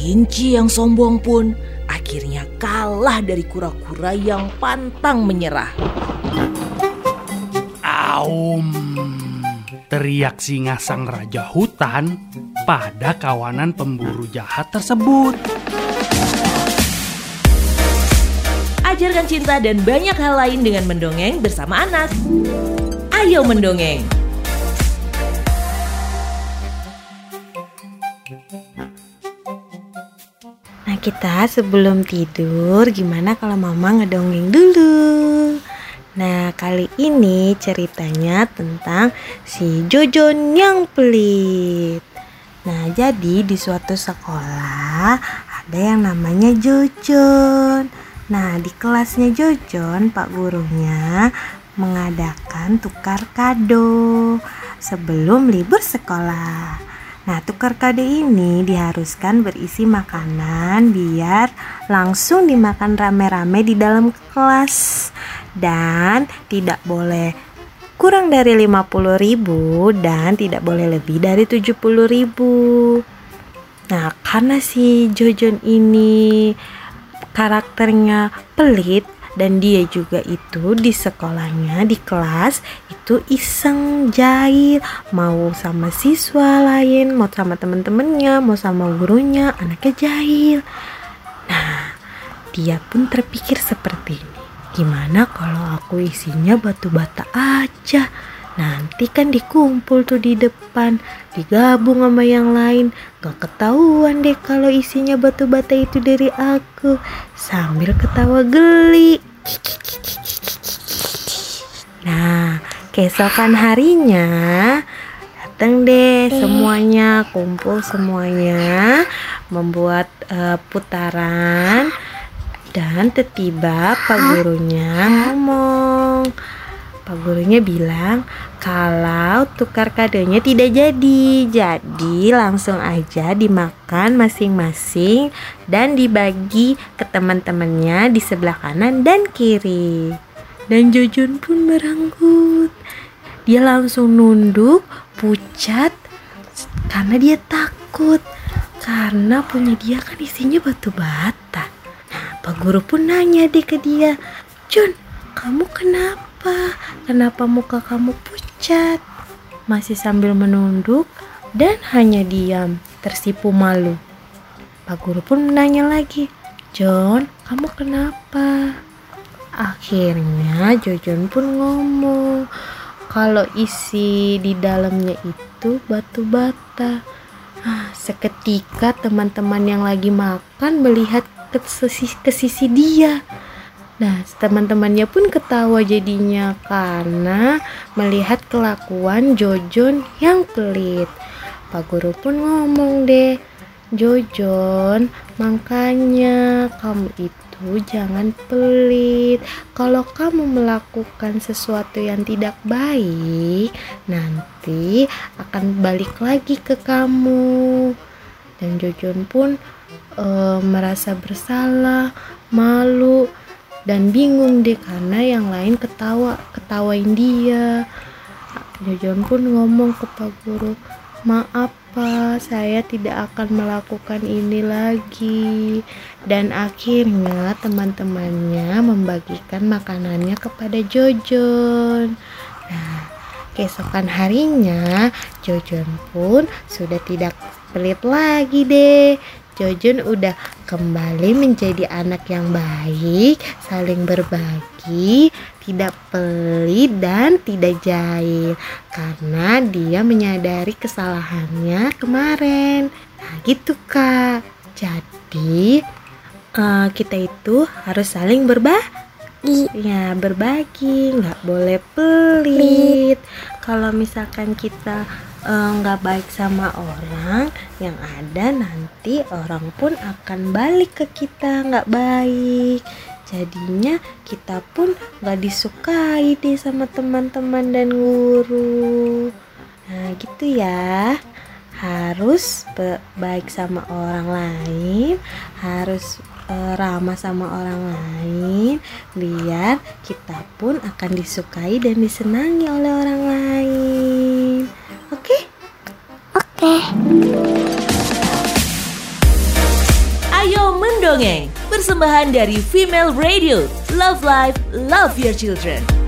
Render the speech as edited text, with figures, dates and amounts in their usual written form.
Kelinci yang sombong pun akhirnya kalah dari kura-kura yang pantang menyerah. Aum, teriak singa sang raja hutan pada kawanan pemburu jahat tersebut. Ajarkan cinta dan banyak hal lain dengan mendongeng bersama anak. Ayo mendongeng. Nah, kita sebelum tidur gimana kalau mama ngedongeng dulu? Nah, kali ini ceritanya tentang si Jojon yang pelit. Nah, jadi di suatu sekolah ada yang namanya Jojon. Nah, di kelasnya Jojon, Pak gurunya mengadakan tukar kado sebelum libur sekolah. Nah, tukar kado ini diharuskan berisi makanan biar langsung dimakan rame-rame di dalam kelas. Dan tidak boleh kurang dari 50.000 dan tidak boleh lebih dari 70.000. Nah, karena si Jojon ini karakternya pelit dan dia juga itu di sekolahnya, di kelas itu iseng jahil, mau sama siswa lain, mau sama teman-temannya, mau sama gurunya, anaknya jahil. Nah, dia pun terpikir seperti ini. Gimana kalau aku isinya batu bata aja? Nanti kan dikumpul tuh di depan, digabung sama yang lain. Gak ketahuan deh kalau isinya batu bata itu dari aku. Sambil ketawa geli. Nah, keesokan harinya datang deh semuanya, kumpul semuanya, membuat putaran. Dan tiba-tiba Pak gurunya ngomong. Pak gurunya bilang kalau tukar kadonya tidak jadi langsung aja dimakan masing-masing dan dibagi ke teman-temannya di sebelah kanan dan kiri. Dan Jojon pun merenggut. Dia langsung nunduk, pucat karena dia takut. Karena punya dia kan isinya batu bata. Nah, Pak guru pun nanya deh ke dia, "Jon, kamu kenapa? Kenapa muka kamu pucat?" Masih sambil menunduk dan hanya diam, tersipu malu. Pak guru pun menanya lagi, "Jon, kamu kenapa?" Akhirnya Jojon pun ngomong kalau isi di dalamnya itu batu bata. Seketika teman-teman yang lagi makan melihat ke sisi dia. Nah, teman-temannya pun ketawa jadinya karena melihat kelakuan Jojon yang pelit. Pak guru pun ngomong deh, "Jojon, makanya kamu itu jangan pelit. Kalau kamu melakukan sesuatu yang tidak baik, nanti akan balik lagi ke kamu." Dan Jojon pun merasa bersalah, malu, dan bingung deh karena yang lain ketawain dia. Jojon pun ngomong ke Pak guru, "Maaf Pak, saya tidak akan melakukan ini lagi." Dan akhirnya teman-temannya membagikan makanannya kepada Jojon. Nah, keesokan harinya Jojon pun sudah tidak pelit lagi deh. Jojon udah kembali menjadi anak yang baik, saling berbagi, tidak pelit dan tidak jahil karena dia menyadari kesalahannya kemarin. Nah, gitu Kak. Jadi kita itu harus saling berbagi. Ya, berbagi, nggak boleh pelit. Kalau misalkan kita nggak baik sama orang, yang ada nanti orang pun akan balik ke kita nggak baik. Jadinya kita pun nggak disukai deh sama teman-teman dan guru. Nah, gitu ya. Harus baik sama orang lain, harus ramah sama orang lain, biar kita pun akan disukai dan disenangi oleh orang lain. Oke? Oke. Mendongeng, persembahan dari Female Radio. Love life, love your children.